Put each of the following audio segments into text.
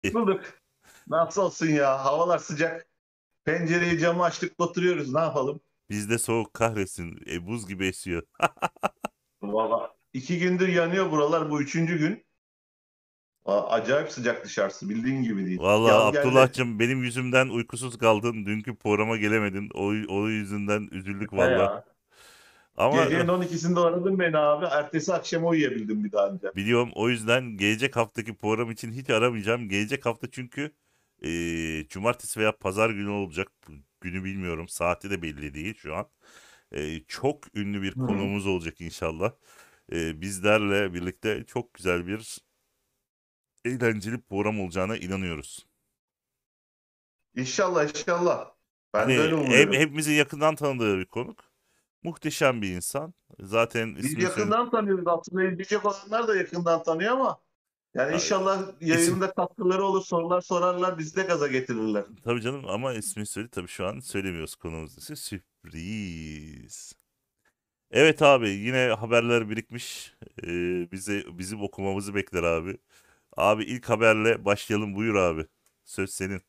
Bulduk. Nasıl olsun ya? Havalar sıcak. Pencereyi camı açtık oturuyoruz. Ne yapalım? Bizde soğuk kahretsin. Buz gibi esiyor. Valla. 2 gündür yanıyor buralar. Bu üçüncü gün. Acayip sıcak dışarısı. Bildiğin gibi değil. Vallahi Yaz geldi. Abdullah'cığım benim yüzümden uykusuz kaldın. Dünkü programa gelemedin. O yüzünden üzüldük He valla. ya. Ama Gecenin 12'sinde aradın beni abi. Ertesi akşam uyuyabildim bir daha önce. biliyorum, o yüzden gelecek haftaki program için hiç aramayacağım. Gelecek hafta çünkü cumartesi veya pazar günü olacak. Günü bilmiyorum. Saati de belli değil şu an. Çok ünlü bir Hı. konuğumuz olacak inşallah. Bizlerle birlikte çok güzel bir eğlenceli program olacağına inanıyoruz. İnşallah inşallah. Ben de Hani öyle umuyorum. hepimizin yakından tanıdığı bir konuk. Muhteşem bir insan. Zaten Biz ismini söyle. yakından tanıyoruz. Aslında izleyecek olanlar da yakından tanıyor ama yani Aa, inşallah İsim, yayında katkıları olur. Sorular sorarlar. Bizi de gaza getirirler. tabii canım, ama ismini söyle, tabii şu an söylemiyoruz konumuz ise sürpriz. Evet abi, yine haberler birikmiş. Bizim okumamızı bekler abi. Abi ilk haberle başlayalım, buyur abi. Söz senin.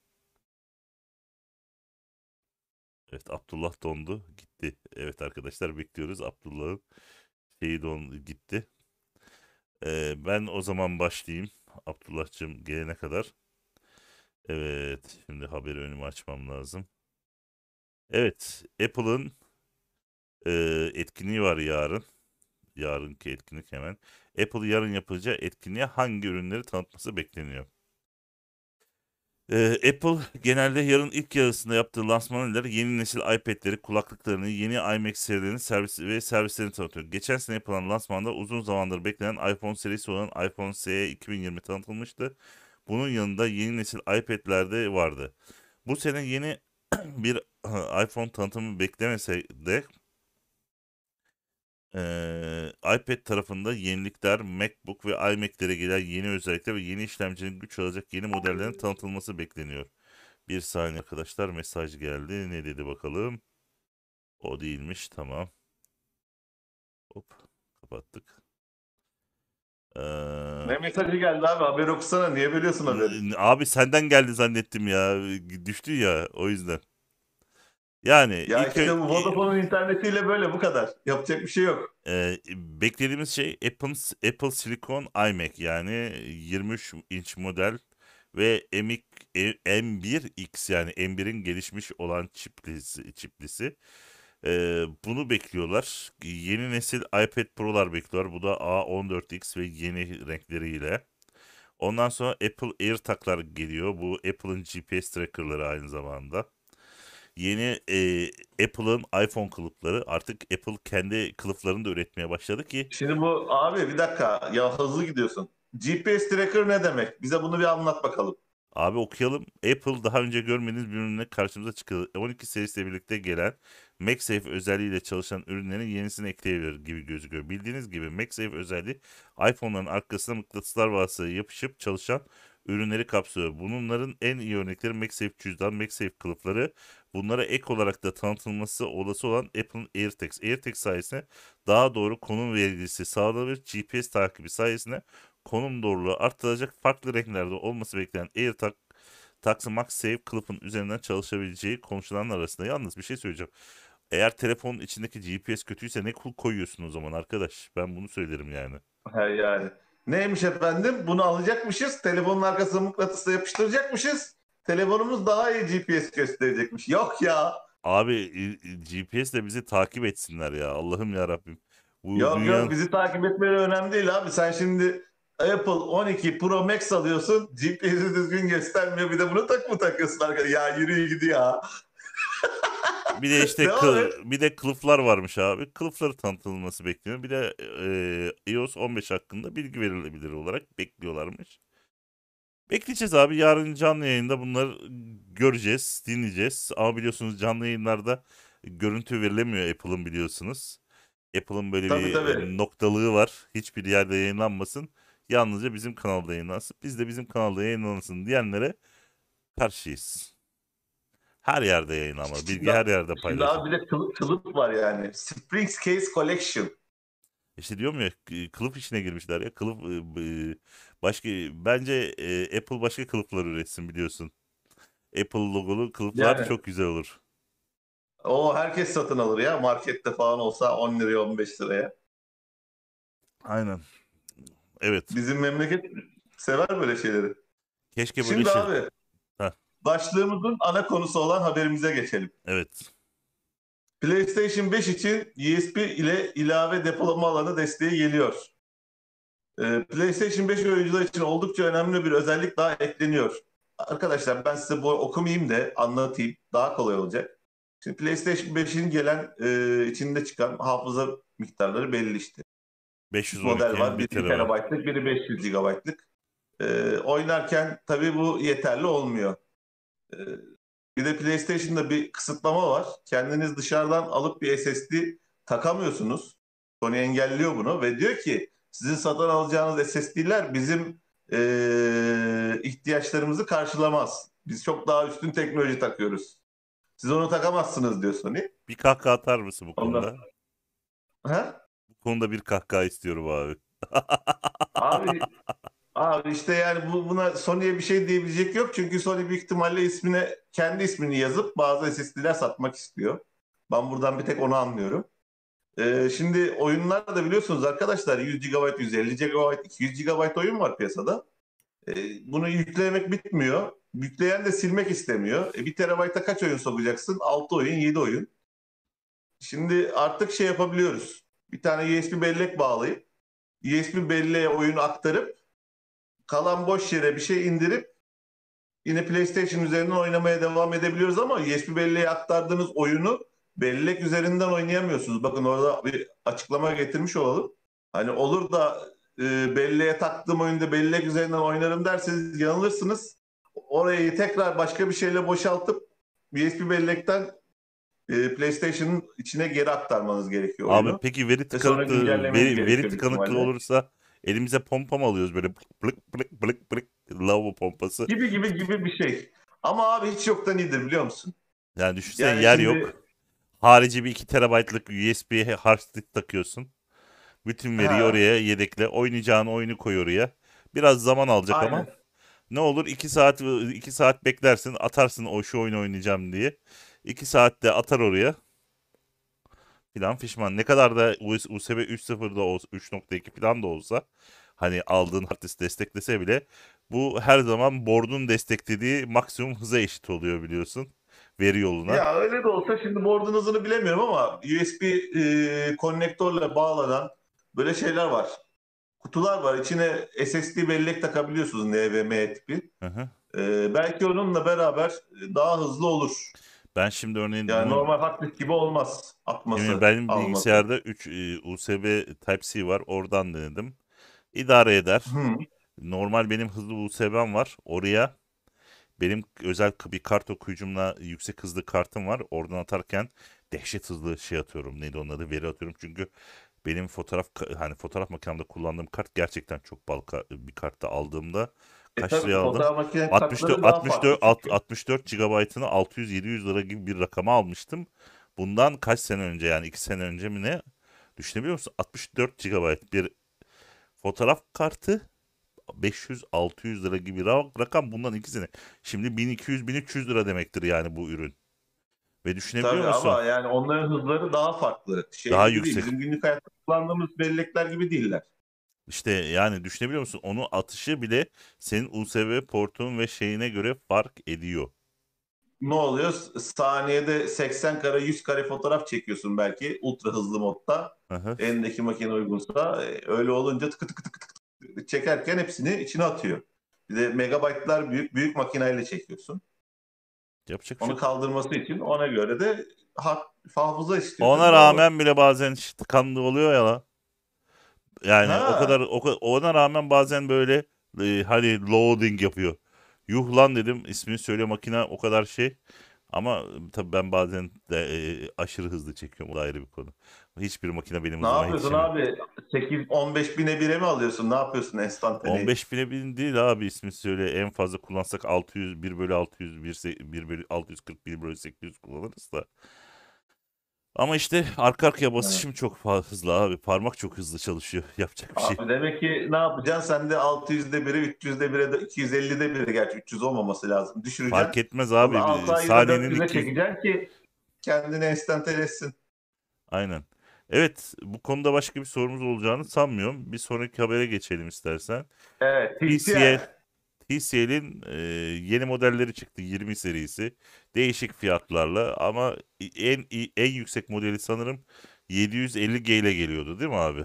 Evet, Abdullah dondu gitti. Evet arkadaşlar, bekliyoruz Abdullah'ın şeyi dondu gitti. Ben o zaman başlayayım Abdullah'cığım gelene kadar. Evet, şimdi haberi önüme açmam lazım. Evet, Apple'ın etkinliği var yarın. Yarınki etkinlik hemen. Apple yarın yapacağı etkinliğe hangi ürünleri tanıtması bekleniyor? Apple genelde yarın ilk yarısında yaptığı lansman ile yeni nesil iPad'leri, kulaklıklarını, yeni iMac serilerini servislerini tanıtıyor. Geçen sene yapılan lansmanda uzun zamandır beklenen iPhone serisi olan iPhone SE 2020 tanıtılmıştı. Bunun yanında yeni nesil iPad'ler de vardı. Bu sene yeni bir iPhone tanıtımı beklemese de iPad tarafında yenilikler, MacBook ve iMac'lere gelen yeni özellikler ve yeni işlemcinin güç alacak yeni modellerin tanıtılması bekleniyor. Bir saniye arkadaşlar, mesaj geldi. Ne dedi bakalım? O değilmiş, tamam. Hop, kapattık. Ee, Ne mesajı geldi abi? Haber okusana. Niye bölüyorsun haberi? abi senden geldi zannettim ya. Düştü ya, o yüzden. Yani Ya işte bu Vodafone'un internetiyle böyle bu kadar. Yapacak bir şey yok. beklediğimiz şey Apple Silicon iMac, yani 23 inç model ve M1X, yani M1'in gelişmiş olan çiplisi. Bunu bekliyorlar. Yeni nesil iPad Pro'lar bekliyorlar. Bu da A14X ve yeni renkleriyle. Ondan sonra Apple AirTag'lar geliyor. Bu Apple'ın GPS tracker'ları aynı zamanda. Yeni Apple'ın iPhone kılıfları. Artık Apple kendi kılıflarını da üretmeye başladı ki Şimdi bu abi bir dakika. Ya hızlı gidiyorsun. GPS tracker ne demek? Bize bunu bir anlat bakalım. abi okuyalım. Apple daha önce görmediğiniz bir ürünle karşımıza çıktı. 12 serisiyle birlikte gelen MagSafe özelliğiyle çalışan ürünlerin yenisini ekleyebilir gibi gözüküyor. Bildiğiniz gibi MagSafe özelliği iPhone'ların arkasına mıknatıslar vasıtasıyla yapışıp çalışan ürünleri kapsıyor. Bunların en iyi örnekleri MagSafe cüzdan, MagSafe kılıfları. Bunlara ek olarak da tanıtılması olası olan Apple'ın AirTags. AirTags sayesinde daha doğru konum vergisi sağlanabilir. GPS takibi sayesinde konum doğruluğu artırılacak, farklı renklerde olması beklenen AirTags MagSafe kılıfın üzerinden çalışabileceği konuşulanlar arasında. Yalnız bir şey söyleyeceğim. Eğer telefonun içindeki GPS kötüyse ne koyuyorsun o zaman arkadaş? Ben bunu söylerim yani. He yani. Neymiş efendim? Bunu alacakmışız. Telefonun arkasına mıknatısla yapıştıracakmışız. Telefonumuz daha iyi GPS gösterecekmiş. Yok ya. Abi GPS de bizi takip etsinler ya. Allah'ım ya Rabbim. Bu Yok yok dünyanın bizi takip etmeleri önemli değil abi. Sen şimdi Apple 12 Pro Max alıyorsun. GPS'i düzgün göstermiyor. Bir de bunu takıyorsun arkadaşlar. Ya yürü gidi ya. bir de işte Devam et. bir de kılıflar varmış abi. Kılıfları tanıtılması bekleniyor. Bir de iOS 15 hakkında bilgi verilebilir olarak bekliyorlarmış. Bekleyeceğiz abi. Yarın canlı yayında bunları göreceğiz, dinleyeceğiz. Ama biliyorsunuz canlı yayınlarda görüntü verilemiyor Apple'ın, biliyorsunuz. Apple'ın böyle Tabii bir tabii. noktalığı var. Hiçbir yerde yayınlanmasın. Yalnızca bizim kanalda yayınlansın. Biz de bizim kanalda yayınlansın diyenlere karşıyız. Her yerde yayınlanmalı. Bilgi Şimdi, her yerde şimdi paylaşın. abi bir de kılıf var yani. Springs Case Collection. İşte diyorum ya kılıf işine girmişler ya. Kılıf başka bence Apple başka kılıflar üretsin biliyorsun. Apple logolu kılıflar Yani çok güzel olur. o herkes satın alır ya. Markette falan olsa 10 liraya 15 liraya. Aynen. Evet. Bizim memleket sever böyle şeyleri. Keşke böyle Şimdi şey. abi Heh, başlığımızın ana konusu olan haberimize geçelim. evet. PlayStation 5 için USB ile ilave depolama alanı desteği geliyor. PlayStation 5 oyuncular için oldukça önemli bir özellik daha ekleniyor. Arkadaşlar ben size bu okumayayım da anlatayım. Daha kolay olacak. Şimdi PlayStation 5'in gelen içinde çıkan hafıza miktarları belli işte. İki model 512 var. 1 Biri 1 terabayt. TB'lık, biri 500 GB'lık. Oynarken tabii bu yeterli olmuyor. Ee, Bir de PlayStation'da bir kısıtlama var. Kendiniz dışarıdan alıp bir SSD takamıyorsunuz. Sony engelliyor bunu ve diyor ki sizin satın alacağınız SSD'ler bizim ihtiyaçlarımızı karşılamaz. Biz çok daha üstün teknoloji takıyoruz. Siz onu takamazsınız diyor Sony. Bir kahkaha atar mısın bu Ondan. konuda? Ha? Bu konuda bir kahkaha istiyorum abi. Abi Abi işte yani buna Sony'ye bir şey diyebilecek yok. Çünkü Sony büyük ihtimalle kendi ismini yazıp bazı SSD'ler satmak istiyor. Ben buradan bir tek onu anlıyorum. Şimdi oyunlar da biliyorsunuz arkadaşlar 100 GB, 150 GB, 200 GB oyun var piyasada. Bunu yüklemek bitmiyor. Yükleyen de silmek istemiyor. 1 TB'a kaç oyun sokacaksın? 6 oyun, 7 oyun. Şimdi artık şey yapabiliyoruz. Bir tane USB bellek bağlayıp USB belleğe oyunu aktarıp kalan boş yere bir şey indirip yine PlayStation üzerinden oynamaya devam edebiliyoruz ama USB belleğe aktardığınız oyunu bellek üzerinden oynayamıyorsunuz. Bakın orada bir açıklama getirmiş olalım. Hani olur da belleğe taktığım oyunda bellek üzerinden oynarım derseniz yanılırsınız. Orayı tekrar başka bir şeyle boşaltıp USB bellekten PlayStation'ın içine geri aktarmanız gerekiyor Abi oyunu. peki veri Ve sonra tıkanıklığı güncellemeniz veri gerekiyor büyük tıkanıklığı ihtimalle. olursa elimize pompa mı alıyoruz böyle blık blık blık blık lavabo pompası. Gibi bir şey. Ama abi hiç yoktan iyidir biliyor musun? Yani düşünsene Yani yer yok. şimdi Harici bir 2 terabaytlık USB hard disk takıyorsun. Bütün veriyi ha oraya yedekle. Oynayacağın oyunu koy oraya. Biraz zaman alacak ama aynen. ne olur 2 saat beklersin atarsın o şu oyunu oynayacağım diye. 2 saatte atar oraya. Filan fişman. Ne kadar da USB 3.0'da olsa 3.2 falan da olsa hani aldığın hard disk desteklese bile bu her zaman board'un desteklediği maksimum hıza eşit oluyor biliyorsun. Veri yoluna. Ya öyle de olsa şimdi board'un hızını bilemiyorum ama USB konnektörle bağlanan böyle şeyler var. Kutular var. İçine SSD bellek takabiliyorsunuz NVMe tipi. Hı hı. Belki onunla beraber daha hızlı olur. Ben şimdi örneğin Yani bunu normal hard disk gibi olmaz şimdi atması, benim alması. bilgisayarda 3 USB Type-C var. Oradan denedim. İdare eder. Hı. Normal benim hızlı USB'm var. Oraya benim özel bir kart okuyucumla yüksek hızlı kartım var. Oradan atarken dehşet hızlı şey atıyorum. Neydi onun adı? Veri atıyorum. Çünkü benim hani fotoğraf makinemde kullandığım kart gerçekten çok bir kartta aldığımda kaç Tabii liraya aldım? fotoğraf makine 64 kartları daha farklı 64 çünkü. 64 GB'ını 600-700 lira gibi bir rakama almıştım. Bundan kaç sene önce yani 2 sene önce mi ne? Düşünebiliyor musun? 64 GB bir fotoğraf kartı 500-600 lira gibi rakam bundan 2 sene. Şimdi 1200-1300 lira demektir yani bu ürün. Ve düşünebiliyor Tabii musun? ama yani onların hızları daha farklı. Şey Daha gibi değil. yüksek. Bizim günlük hayatta kullandığımız bellekler gibi değiller. İşte yani düşünebiliyor musun? Onu atışı bile senin USB portun ve şeyine göre fark ediyor. Ne oluyor? Saniyede 80 kare 100 kare fotoğraf çekiyorsun belki ultra hızlı modda. Hı hı. Elindeki makine uygunsa öyle olunca çekerken hepsini içine atıyor. Bir de megabaytlar büyük makineyle çekiyorsun. Yapacak bir şey Onu yok. kaldırması için ona göre de hafıza istiyor Ona tabii doğal olarak. rağmen bile bazen tıkanlı oluyor ya la. Yani Ha, ona rağmen bazen böyle hani loading yapıyor. Yuh lan dedim ismini söyle makine o kadar şey. Ama tabii ben bazen de aşırı hızlı çekiyorum. O da ayrı bir konu. Hiçbir makine benim ne hızıma yapıyorsun yetişemiyor. abi? 8-15 bine bire mi alıyorsun? Ne yapıyorsun enstantaneyi? 15 bine bin değil abi ismini söyle. En fazla kullansak 600, 1 bölü 600, 1 bölü 640, 1 bölü 800 kullanırız da. Ama işte arka arkaya Evet. basışım çok hızlı abi. Parmak çok hızlı çalışıyor. Yapacak bir şey. Abi demek ki ne yapacaksın? Sen de 600'de biri, 300'de biri, 250'de biri, gerçi 300 olmaması lazım. Fark Düşüreceksin. etmez Onu abi. 6 ayda Saniyenin 400'e 200. çekeceksin ki kendini enstantane etsin. Aynen. Evet, bu konuda başka bir sorumuz olacağını sanmıyorum. Bir sonraki habere geçelim istersen. Evet, TCL, TCL. TCL'in yeni modelleri çıktı, 20 serisi. Değişik fiyatlarla ama en yüksek modeli sanırım 750G ile geliyordu, değil mi abi?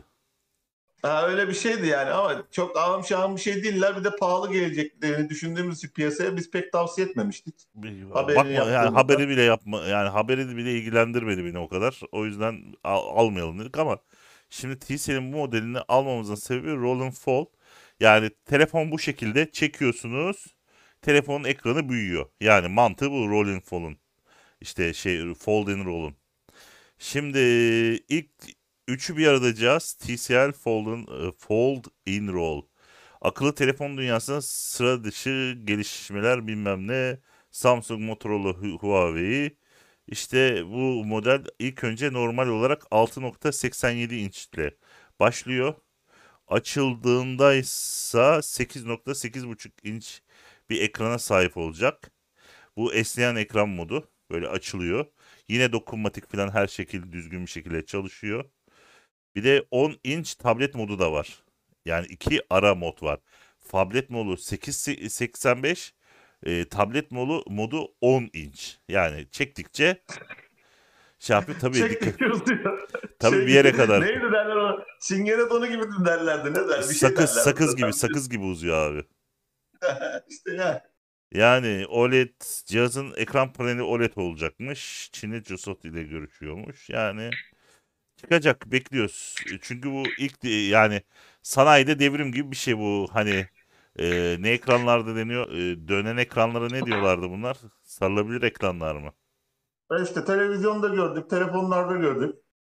Ha, öyle bir şeydi yani ama çok ağım şahım bir şey değiller. Bir de pahalı geleceklerini düşündüğümüz için piyasaya biz pek tavsiye etmemiştik. Haberini Bakma yani yaptığımızda. haberi bile yapma, yani haberi bile ilgilendirmedi beni o kadar. O yüzden almayalım dedik ama şimdi TCL'in bu modelini almamızın sebebi Roll and Fall. Yani telefon bu şekilde çekiyorsunuz. Telefonun ekranı büyüyor. Yani mantığı bu Roll and Fall'un. İşte Fold and Roll'un. Şimdi ilk üçü bir aradayacağız. TCL Fold in Roll. Akıllı telefon dünyasında sıra dışı gelişmeler bilmem ne. Samsung, Motorola, Huawei. İşte bu model ilk önce normal olarak 6.87 inçle başlıyor. Açıldığında ise 8.8,5 inç bir ekrana sahip olacak. Bu esneyen ekran modu böyle açılıyor. Yine dokunmatik falan her şekilde düzgün bir şekilde çalışıyor. Bir de 10 inç tablet modu da var. Yani iki ara mod var. Tablet modu 885, tablet modu 10 inç. Yani çektikçe şey yapıyor. Tabii dikkat. Çektik uzuyor. Tabii Şey bir gibi, yere kadar. neydi derler ona? Çingene donu gibi mi derlerdi? Ne der? Bir şey derlerdi Sakız de gibi, sen sakız gibi uzuyor abi. işte ya. Yani OLED cihazın ekran paneli OLED olacakmış. Çin'e Jusot ile görüşüyormuş. Yani çıkacak, bekliyoruz. Çünkü bu ilk yani sanayide devrim gibi bir şey bu. Hani ne ekranlarda deniyor? Dönen ekranlara ne diyorlardı bunlar? Sarılabilir ekranlar mı? İşte televizyonda gördük, telefonlarda gördük.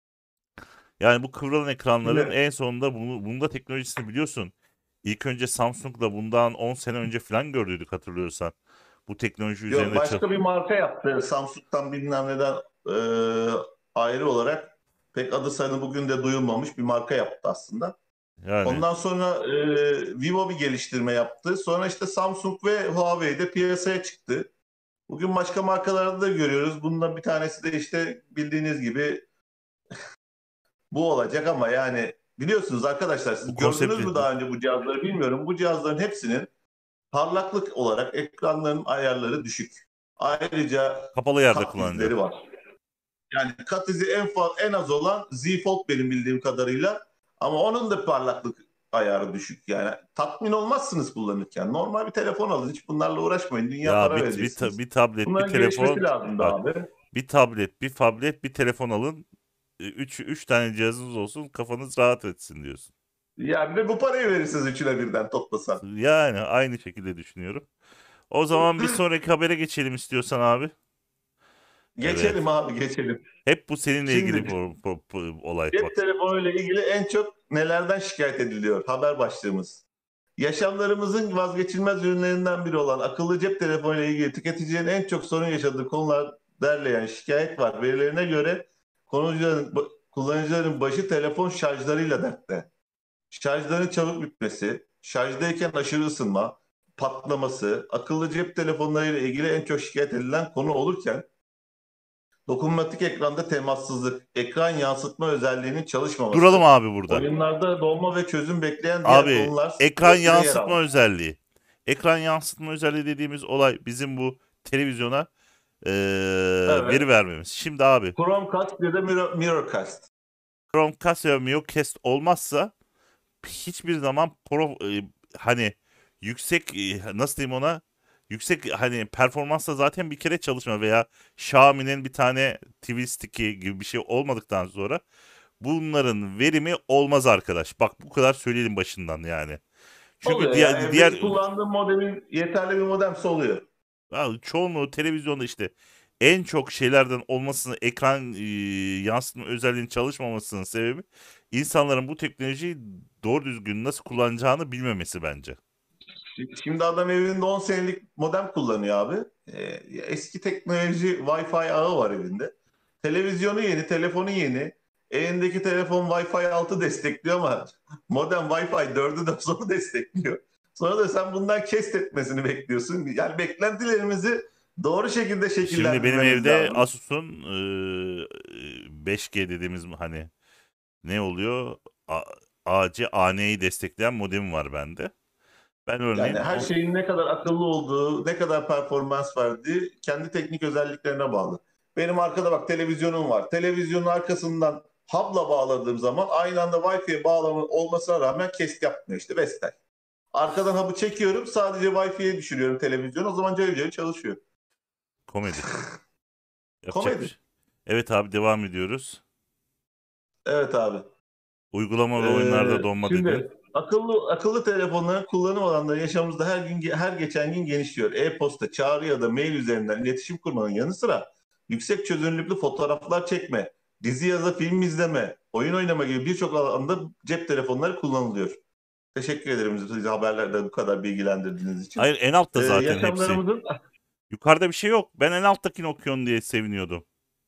Yani bu kıvrılan ekranların Yine en sonunda bunda teknolojisini biliyorsun. İlk önce Samsung'da bundan 10 sene önce falan gördüydük, hatırlıyorsan. Bu teknoloji yok, üzerinde başka bir marka yaptı. Samsung'dan bilmem neden e, ayrı olarak pek adı sanı bugün de duyulmamış bir marka yaptı aslında. yani Ondan sonra Vivo bir geliştirme yaptı. Sonra işte Samsung ve Huawei de piyasaya çıktı. Bugün başka markalarda da görüyoruz. Bundan bir tanesi de işte bildiğiniz gibi bu olacak ama yani biliyorsunuz arkadaşlar, bu siz gördünüz konsepti mü daha önce bu cihazları bilmiyorum. Bu cihazların hepsinin parlaklık olarak ekranların ayarları düşük. Ayrıca kapalı yerde kat kullanılıyor. izleri var. Yani kat izi en az olan Z Fold benim bildiğim kadarıyla. Ama onun da parlaklık ayarı düşük. Yani tatmin olmazsınız kullanırken. Normal bir telefon alın. Hiç bunlarla uğraşmayın. Dünya Ya para vereceksiniz. bir tablet, bir Bunların gelişmesi telefon. lazımdı Bak, abi. bir tablet, bir tablet, bir telefon alın. Üç tane cihazınız olsun, kafanız rahat etsin diyorsun. Yani de bu parayı verirsiniz üçüne birden toplasan. Yani aynı şekilde düşünüyorum. O zaman bir sonraki habere geçelim istiyorsan abi. Geçelim Evet. abi, geçelim. Hep bu seninle ilgili Şimdi olay cep bak. telefonuyla ilgili en çok nelerden şikayet ediliyor? Haber başlığımız. Yaşamlarımızın vazgeçilmez ürünlerinden biri olan akıllı cep telefonuyla ilgili tüketicilerin en çok sorun yaşadığı konular derleyen şikayet var. Verilerine göre kullanıcıların başı telefon şarjlarıyla dertte. Şarjların çabuk bitmesi, şarjdayken aşırı ısınma, patlaması, akıllı cep telefonlarıyla ilgili en çok şikayet edilen konu olurken dokunmatik ekranda temassızlık, ekran yansıtma özelliğinin Duralım çalışmaması, abi burada. oyunlarda dolma ve çözüm bekleyen diğer Abi konular ekran sırasıyla yer yansıtma almış. özelliği. Ekran yansıtma özelliği dediğimiz olay bizim bu televizyona veri Evet. vermemiz. Şimdi abi Chromecast ya da Mirrorcast. Chromecast ve MioCast olmazsa hiçbir zaman hani yüksek nasıl diyeyim ona, yüksek hani performansla zaten bir kere çalışma veya Xiaomi'nin bir tane TV Stick'i gibi bir şey olmadıktan sonra bunların verimi olmaz arkadaş. Bak bu kadar söyleyelim başından yani. Çünkü Oluyor ya. diğer Evdeki kullandığım modemin yeterli bir modemse oluyor. abi çoğunluğu televizyonda işte en çok şeylerden olmasının ekran yansıtma özelliğinin çalışmamasının sebebi insanların bu teknolojiyi doğru düzgün nasıl kullanacağını bilmemesi bence. Şimdi adam evinde 10 senelik modem kullanıyor abi. Eski teknoloji Wi-Fi ağı var evinde. Televizyonu yeni, telefonu yeni. Elindeki telefon Wi-Fi 6 destekliyor ama modem Wi-Fi 4'ü de sonra destekliyor. Sonra da sen bundan kest etmesini bekliyorsun. Yani beklentilerimizi doğru şekilde Şimdi benim şekillendirmemiz evde lazım. Asus'un 5G dediğimiz hani ne oluyor? AC, AN'yi destekleyen modemi var bende. Ben Yani örneğin her şeyin ne kadar akıllı olduğu, ne kadar performans verdiği kendi teknik özelliklerine bağlı. Benim arkada bak televizyonum var. Televizyonun arkasından hub'la bağladığım zaman aynı anda Wi-Fi'ye bağlama olmasına rağmen kest yapmıyor işte Vestel. Arkadan hub'ı çekiyorum sadece Wi-Fi'ye düşürüyorum televizyonu o zaman cayır cayır çalışıyor. komedi. Yapacak bir Komedi. şey. Evet abi, devam ediyoruz. Evet abi. Uygulama ve oyunlarda donma dedin. Şimdi akıllı telefonların kullanım alanları yaşamımızda her geçen gün genişliyor. E-posta, çağrı ya da mail üzerinden iletişim kurmanın yanı sıra yüksek çözünürlüklü fotoğraflar çekme, dizi ya da film izleme, oyun oynama gibi birçok alanda cep telefonları kullanılıyor. Teşekkür ederim bizi haberlerde bu kadar bilgilendirdiğiniz için. Hayır, en altta zaten hepsi. Yaşamlarımızın Yukarıda bir şey yok. Ben en alttakini okuyorsun diye seviniyordum.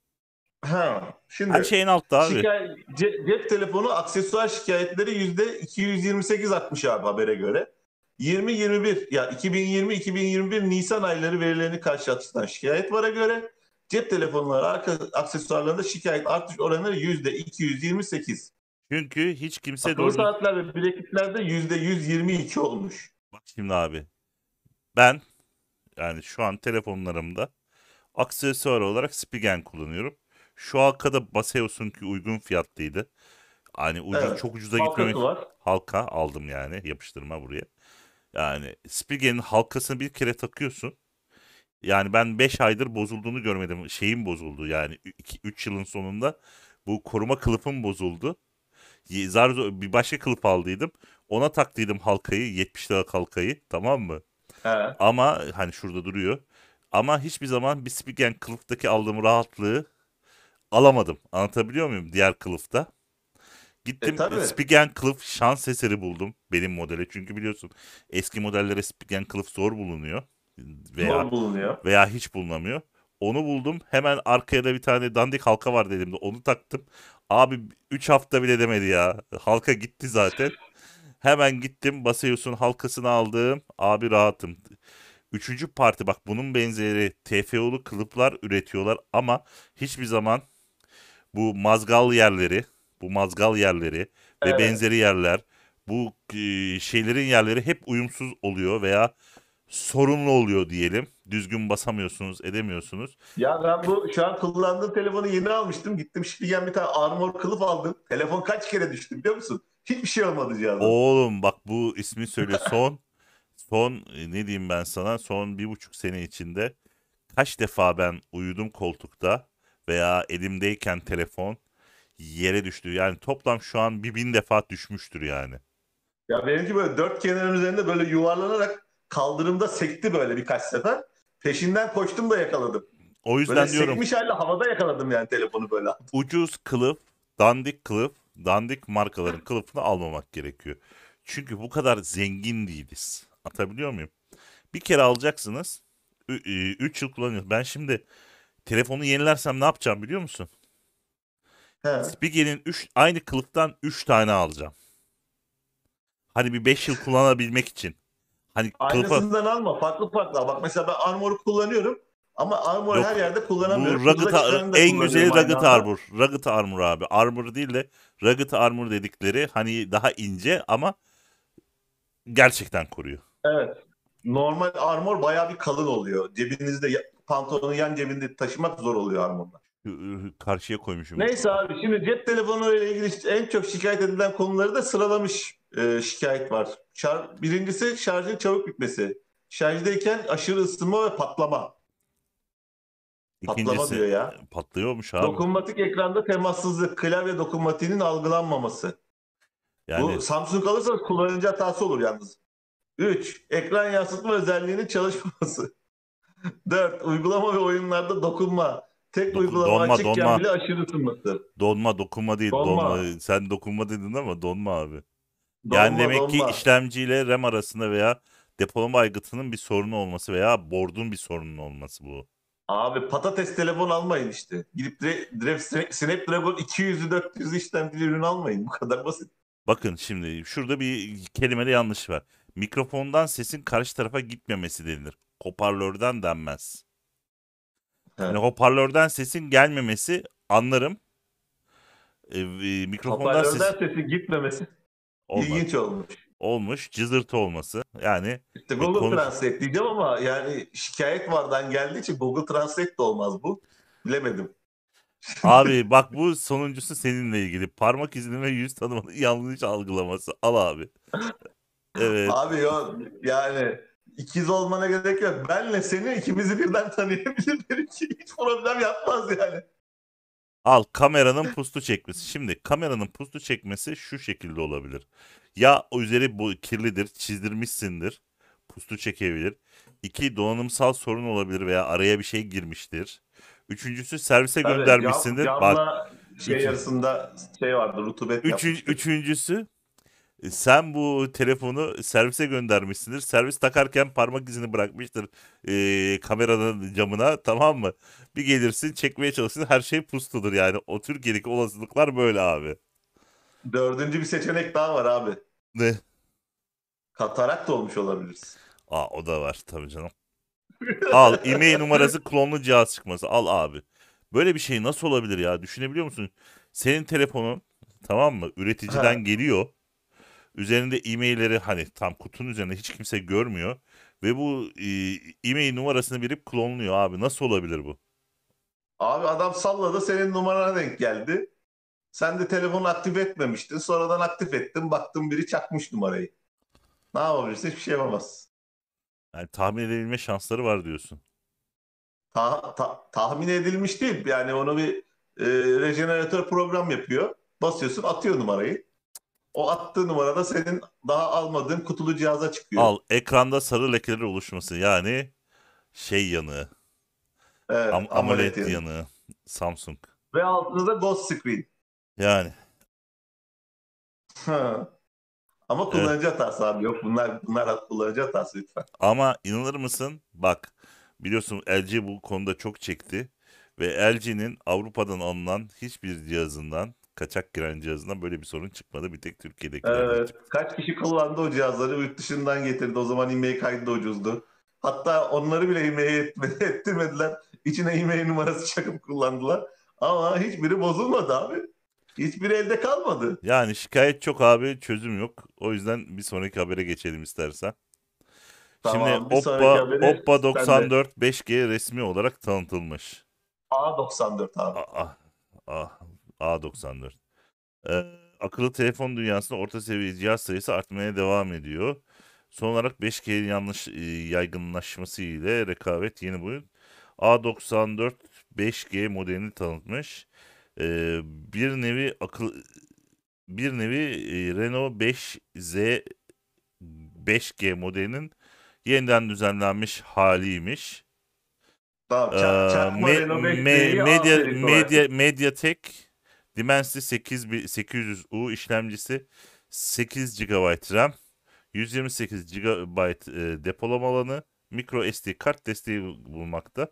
Her şimdi şey en altta abi. cep telefonu aksesuar şikayetleri %228 artmış abi habere göre. 2021 ya 2020-2021 Nisan ayları verilerini karşılaştıran şikayet vara göre cep telefonları aksesuarlarında şikayet artış oranları %228. Çünkü hiç kimse Akıllı doğru... saatler ve bilekliklerde %122 olmuş. Bak şimdi abi. Ben yani şu an telefonlarımda aksesuar olarak Spigen kullanıyorum. Şu arkada Baseos'unki uygun fiyatlıydı. Hani Evet. çok ucuza Halkası gitmemek, var. halka aldım yani, yapıştırma buraya. Yani Spigen'in halkasını bir kere takıyorsun. Yani ben 5 aydır bozulduğunu görmedim. Şeyim bozuldu yani 3 yılın sonunda bu koruma kılıfım bozuldu. Bir başka kılıf aldıydım. Ona taktıydım halkayı, 70 liralık halkayı, tamam mı? He. Ama hani şurada duruyor. Ama hiçbir zaman bir Spigen kılıftaki aldığım rahatlığı alamadım. Anlatabiliyor muyum diğer kılıfta? Gittim Tabii. Spigen kılıf şans eseri buldum benim modele. Çünkü biliyorsun eski modellere Spigen kılıf zor bulunuyor. Veya Zor bulunuyor. hiç bulunamıyor. Onu buldum. Hemen arkaya da bir tane dandik halka var dedim de onu taktım. Abi 3 hafta bile demedi ya. Halka gitti zaten. Hemen gittim Baseus'un halkasını aldım. Abi rahatım. Üçüncü parti, bak bunun benzeri TFO'lu kılıflar üretiyorlar ama hiçbir zaman bu mazgal yerleri ve Evet. benzeri yerler, bu şeylerin yerleri hep uyumsuz oluyor veya sorunlu oluyor diyelim. Düzgün basamıyorsunuz, edemiyorsunuz. Ya ben bu şu an kullandığım telefonu yeni almıştım. Gittim Spigen bir tane armor kılıf aldım. Telefon kaç kere düştü biliyor musun? Hiçbir şey olmadı cihazın. Oğlum bak, bu ismi söyle. Son ne diyeyim ben sana, son 1,5 sene içinde kaç defa ben uyudum koltukta veya elimdeyken telefon yere düştü. Yani toplam şu an 1.000 defa düşmüştür yani. Ya benimki böyle dört kenarın üzerinde böyle yuvarlanarak kaldırımda sekti böyle birkaç sefer. Peşinden koştum da yakaladım. O Böyle yüzden diyorum, sekmiş halde havada yakaladım yani telefonu böyle. ucuz kılıf, dandik kılıf, dandik markaların kılıfını almamak gerekiyor. Çünkü bu kadar zengin değiliz. Atabiliyor muyum? Bir kere alacaksınız. 3 yıl kullanıyorsunuz. Ben şimdi telefonu yenilersem ne yapacağım biliyor musun? He. Spige'nin aynı kılıftan 3 tane alacağım. Hani bir 5 yıl kullanabilmek için. Hani kılıfa Aynısından alma. Farklı farklı al. Bak mesela ben Armor'u kullanıyorum. Ama Armor'u her yok, yerde bu kullanamıyorum. Kutuda çıkanını da En güzeli kullanıyorum aynı Rugged anda. Armor. Rugged Armor abi. Armor değil de Rugged Armor dedikleri, hani daha ince ama gerçekten koruyor. Evet. Normal Armor bayağı bir kalın oluyor. Cebinizde pantolonun yan cebinde taşımak zor oluyor Armor'la. Karşıya koymuşum. Neyse abi şimdi cep telefonu ile ilgili en çok şikayet edilen konuları da sıralamış şikayet var. Birincisi şarjın çabuk bitmesi. Şarjdayken aşırı ısınma ve patlama. Patlama İkincisi diyor ya. patlıyormuş abi. Dokunmatik ekranda temassızlık, klavye dokunmatiğinin algılanmaması. Yani Bu Samsung alırsanız kullanıcı hatası olur yalnız. 3. Ekran yansıtma özelliğinin çalışmaması. 4. Uygulama ve oyunlarda dokunma. Tek uygulama donma açıkken donma. bile aşırı ısınması. Donma, dokunma değil, Donma. donma. Sen dokunma dedin ama donma abi. Yani Donma, demek ki donma. işlemciyle RAM arasında veya depolama aygıtının bir sorunu olması veya board'un bir sorunun olması bu. Abi patates telefon almayın işte. Gidip direkt Snapdragon 200'ü 400'ü işlemcili ürün almayın. Bu kadar basit. Bakın şimdi şurada bir kelimede yanlış var. Mikrofondan sesin karşı tarafa gitmemesi denilir. Hoparlörden denmez. He. Hani hoparlörden sesin gelmemesi anlarım. Mikrofondan ses Hoparlörden sesi gitmemesi olmaz. ilginç olmuş. Olmuş. Cızırtı olması. Yani İşte Google konuş. Translate diyeceğim ama yani şikayet vardan geldiği için Google Translate de olmaz bu. Bilemedim. Abi bak bu sonuncusu seninle ilgili. Parmak izini ve yüz tanımanın yanlış algılaması. Al abi. Evet. Abi yok yani ikiz olmana gerek yok. Benle seni ikimizi birden tanıyabilir benimki. Hiç problem yapmaz yani. Al kameranın pustu çekmesi. Şimdi kameranın pustu çekmesi şu şekilde olabilir. Ya o üzeri bu kirlidir, çizdirmişsindir. Pustu çekebilir. İki donanımsal sorun olabilir veya araya bir şey girmiştir. Üçüncüsü servise Tabii göndermişsindir. Bak camla şey üç, arasında şey vardı rutubet yapmıştık. üçüncüsü sen bu telefonu servise göndermişsindir. Servis takarken parmak izini bırakmıştır kameranın camına, tamam mı? Bir gelirsin çekmeye çalışırsın, her şey pustudur yani. O Türkiye'deki olasılıklar böyle abi. Dördüncü bir seçenek daha var abi. Ne? Katarak da olmuş olabiliriz. Aa, o da var tabii canım. Al e-mail numarası klonlu cihaz çıkması, al abi. Böyle bir şey nasıl olabilir ya, düşünebiliyor musun? Senin telefonun, tamam mı, üreticiden Ha. geliyor. Üzerinde e-mailleri hani tam kutunun üzerinde hiç kimse görmüyor. Ve bu e-mail numarasını verip klonluyor abi. Nasıl olabilir bu? Abi adam salladı senin numarana denk geldi. Sen de telefonu aktif etmemiştin. Sonradan aktif ettin. Baktın biri çakmış numarayı. Ne yapabilirsin? Hiçbir şey yapamazsın. Yani tahmin edebilme şansları var diyorsun. Tahmin edilmiş değil. Yani onu bir e, rejeneratör program yapıyor. Basıyorsun atıyor numarayı. O attığı numarada senin daha almadığın kutulu cihaza çıkıyor. Al ekranda sarı lekeler oluşması, yani şey yanığı. Evet, AMOLED AMOLED yanı. yanığı. Samsung. Ve altında da Ghost Screen. Yani Ama evet. kullanıcı hatası abi yok. Bunlar kullanıcı hatası lütfen. Ama inanır mısın? Bak, biliyorsun LG bu konuda çok çekti. Ve LG'nin Avrupa'dan alınan hiçbir cihazından, kaçak giren cihazından böyle bir sorun çıkmadı. Bir tek Türkiye'dekilerde Evet. çıktı. Kaç kişi kullandı o cihazları? Yurt dışından getirdi. O zaman e-mail kaydı da ucuzdu. Hatta onları bile ettirmediler. İçine e-mail numarası çakıp kullandılar. Ama hiçbiri bozulmadı abi. Hiçbiri elde kalmadı. Yani şikayet çok abi, çözüm yok. O yüzden bir sonraki habere geçelim istersen. Şimdi Tamam. Bir sonraki haberi Oppo sende. 94 5G resmi olarak tanıtılmış. A94 abi. A, A, A94. Ee, Akıllı telefon dünyasında orta seviye cihaz sayısı artmaya devam ediyor. Son olarak 5G'nin yaygınlaşması ile rekabet yeni boyut. A94 5G modelini tanıtmış. Bir nevi Renault 5Z 5G modelinin yeniden düzenlenmiş haliymiş. Tamam. Çakma Renault 5D'yi A serisi olarak. MediaTek Dimensity 800U işlemcisi, 8 GB RAM, 128 GB depolama alanı, micro SD kart desteği bulmakta.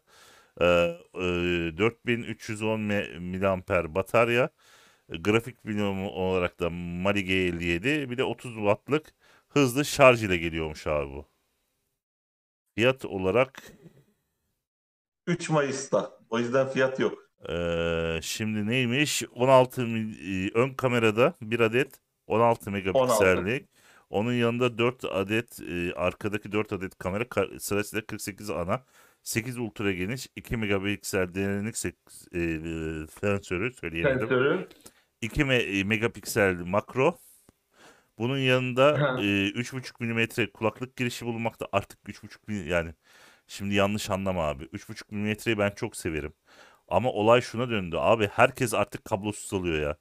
4310 mAh batarya, grafik bilim olarak da Mali G57, bir de 30 wattlık hızlı şarj ile geliyormuş abi bu. Fiyat olarak 3 Mayıs'ta. O yüzden fiyat yok. şimdi neymiş? Ön kamerada bir adet 16 16. megapiksellik. Onun yanında 4 adet arkadaki 4 adet kamera sırasıyla 48 ana, 8 ultra geniş, 2 megapiksel derinlik sensörü söyleyemedim. Sensörü. 2 megapiksel makro. Bunun yanında 3,5 milimetre kulaklık girişi bulunmakta. Artık 3,5 yani şimdi yanlış anlama abi. 3,5 milimetreyi ben çok severim. Ama olay şuna döndü. Abi herkes artık kablosuz alıyor ya.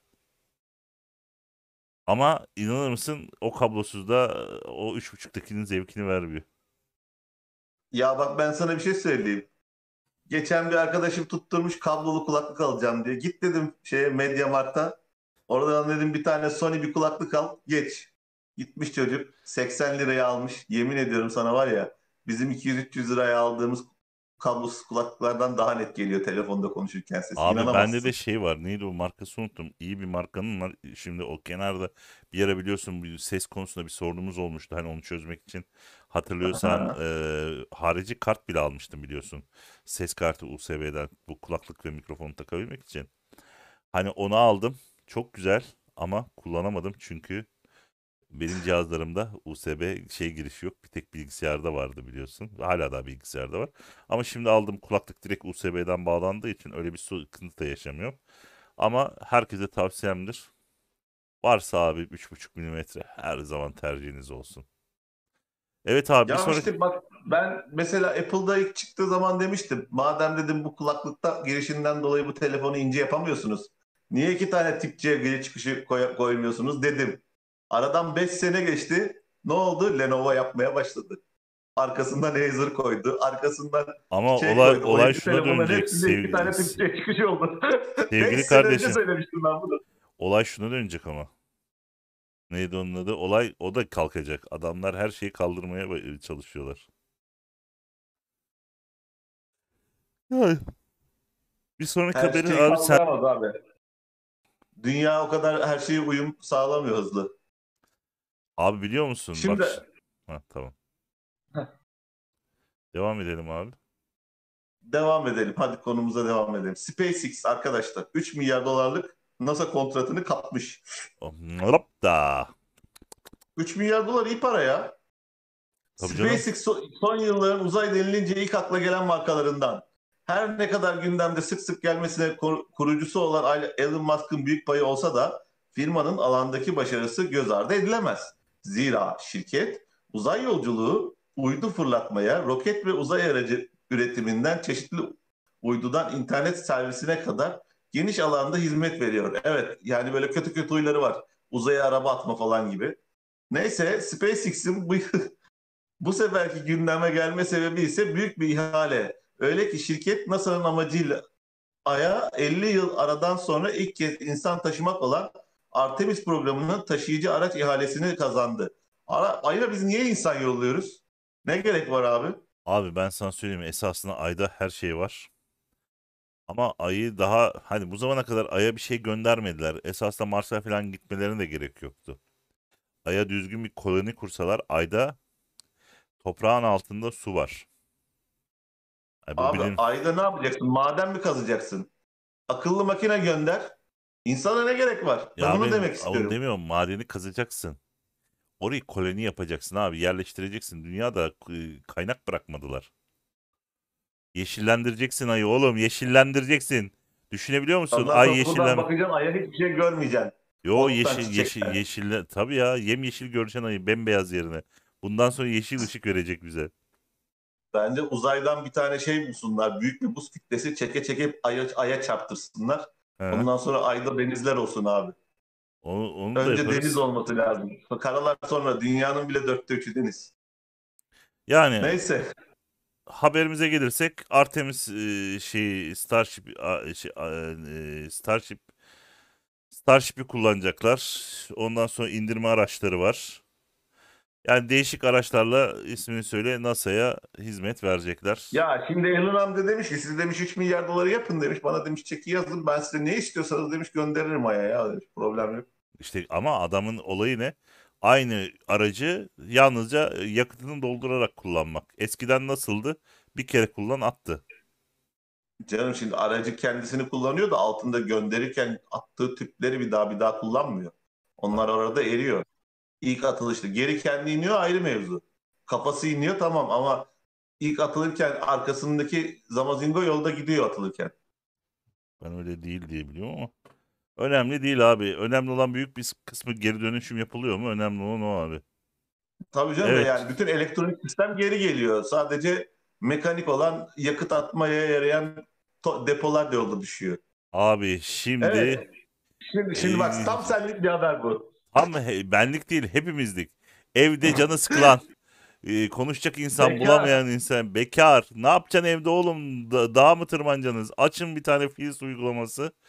Ama inanır mısın, o kablosuz da o 3,5'takinin zevkini vermiyor. Ya bak ben sana bir şey söyleyeyim. Geçen bir arkadaşım tutturmuş kablolu kulaklık alacağım diye. Git dedim şeye MediaMarkt'a. Oradan dedim bir tane Sony bir kulaklık al. Geç. Gitmiş çocuk 80 liraya almış. Yemin ediyorum sana var ya bizim 200-300 liraya aldığımız kablosuz kulaklıklardan daha net geliyor telefonda konuşurken sesi. Abi bende de İnanamazsın. şey var. Neydi o markası unuttum. İyi bir markanın var. Şimdi o kenarda bir ara biliyorsun bir ses konusunda bir sorunumuz olmuştu. Hani onu çözmek için hatırlıyorsan harici kart bile almıştım biliyorsun. Ses kartı USB'den bu kulaklık ve mikrofonu takabilmek için. Hani onu aldım. Çok güzel ama kullanamadım çünkü benim cihazlarımda USB şey girişi yok. Bir tek bilgisayarda vardı biliyorsun. Hala da bilgisayarda var. Ama şimdi aldığım kulaklık direkt USB'den bağlandığı için öyle bir sıkıntı da yaşamıyorum. Ama herkese tavsiyemdir. Varsa abi 3,5 milimetre her zaman tercihiniz olsun. Evet abi bir Ya sonraki... işte bak, ben mesela Apple'da ilk çıktığı zaman demiştim. Madem dedim bu kulaklıkta girişinden dolayı bu telefonu ince yapamıyorsunuz. Niye iki tane tip C giriş çıkışı koymuyorsunuz dedim. Aradan 5 sene geçti. Ne oldu? Lenovo yapmaya başladı. Arkasından Acer koydu. Arkasından Ama şey olay koydu. O olay eski şuna telefonların dönecek hepsinde iki tane tip C çıkışı oldu. 5 sevgili sene önce kardeşim. söylemiştim ben bunu. Olay şuna dönecek ama. Neydi onun adı? Olay o da kalkacak. Adamlar her şeyi kaldırmaya çalışıyorlar. Ya, bir sonraki Her haberin şeyi abi sen... kaldıramaz abi. Dünya o kadar her şeye uyum sağlamıyor hızlı. Abi biliyor musun? Bak. Şimdi Ha, tamam. Devam edelim abi. devam edelim. Hadi konumuza devam edelim. SpaceX arkadaşlar 3 milyar dolarlık NASA kontratını kapmış. Hop da. 3 milyar dolar iyi para ya. Tabii canım. SpaceX son yılların uzay denilince ilk akla gelen markalarından. Her ne kadar gündemde sık sık gelmesine kurucusu olan Elon Musk'ın büyük payı olsa da firmanın alandaki başarısı göz ardı edilemez. Zira şirket uzay yolculuğu, uydu fırlatmaya, roket ve uzay aracı üretiminden çeşitli uydudan internet servisine kadar geniş alanda hizmet veriyor. Evet, yani böyle kötü kötü huyları var. Uzaya araba atma falan gibi. Neyse, SpaceX'in bu seferki gündeme gelme sebebi ise büyük bir ihale. Öyle ki şirket NASA'nın amacıyla Ay'a 50 yıl aradan sonra ilk kez insan taşımak olan Artemis programının taşıyıcı araç ihalesini kazandı. Ay'a biz niye insan yolluyoruz? Ne gerek var abi? Abi ben sana söyleyeyim esasında ayda her şey var. Ama ayı daha hani bu zamana kadar aya bir şey göndermediler. Esasında Mars'a falan gitmelerine de gerek yoktu. Ay'a düzgün bir koloni kursalar ayda toprağın altında su var. Ay bu Abi bilim. Ay'da ne yapacaksın? Maden mi kazacaksın? Akıllı makine gönder. İnsana ne gerek var? Ben Ya onu ben demek onu istiyorum. demiyorum madeni kazacaksın. Orayı koloni yapacaksın abi yerleştireceksin. Dünyada kaynak bırakmadılar. Yeşillendireceksin ayı oğlum yeşillendireceksin. Düşünebiliyor musun? Ondan Ay sonra buradan yeşillen. bakacaksın Ay'a hiçbir şey görmeyeceksin. Yo Ottan, yeşil çiçekten. yeşil tabii ya yemyeşil göreceksin ayı bembeyaz yerine. Bundan sonra yeşil ışık verecek bize. Bence uzaydan bir tane şey bulsunlar. Büyük bir buz kütlesi çeke çeke Ay'a çarptırsınlar. He. Ondan sonra Ay'da denizler olsun abi. Onu da Önce deniz yaparız. olması lazım. Karalar sonra dünyanın bile 4'te 3'ü deniz. Yani Neyse. haberimize gelirsek Artemis şey Starship'i kullanacaklar. Ondan sonra indirme araçları var. Yani değişik araçlarla ismini söyle NASA'ya hizmet verecekler. Ya şimdi Elon amca demiş ki siz demiş 3 milyar doları yapın demiş. Bana demiş çeki yazın ben size ne istiyorsanız demiş gönderirim Ay'a ya demiş. Problem yok. İşte ama adamın olayı ne? Aynı aracı yalnızca yakıtını doldurarak kullanmak. Eskiden nasıldı? Bir kere kullan attı. Canım şimdi aracı kendisini kullanıyor da altında gönderirken attığı tüpleri bir daha kullanmıyor. Onlar orada eriyor. İlk atılışta. Geri kendi iniyor ayrı mevzu. Kafası iniyor tamam ama ilk atılırken arkasındaki Zamazingo yolda gidiyor atılırken. Ben öyle değil diye biliyorum ama. Önemli değil abi. Önemli olan büyük bir kısmı geri dönüşüm yapılıyor mu? Önemli olan o abi. Tabii canım ve Evet yani bütün elektronik sistem geri geliyor. Sadece mekanik olan yakıt atmaya yarayan depolar da yolda düşüyor. abi Evet. şimdi Şimdi bak e, tam senlik bir haber bu. tam benlik değil hepimizlik. Evde canı sıkılan, konuşacak insan Bekar. bulamayan insan, bekar. Ne yapacaksın evde oğlum? Dağa mı tırmanacaksınız? Açın bir tane Fils uygulaması.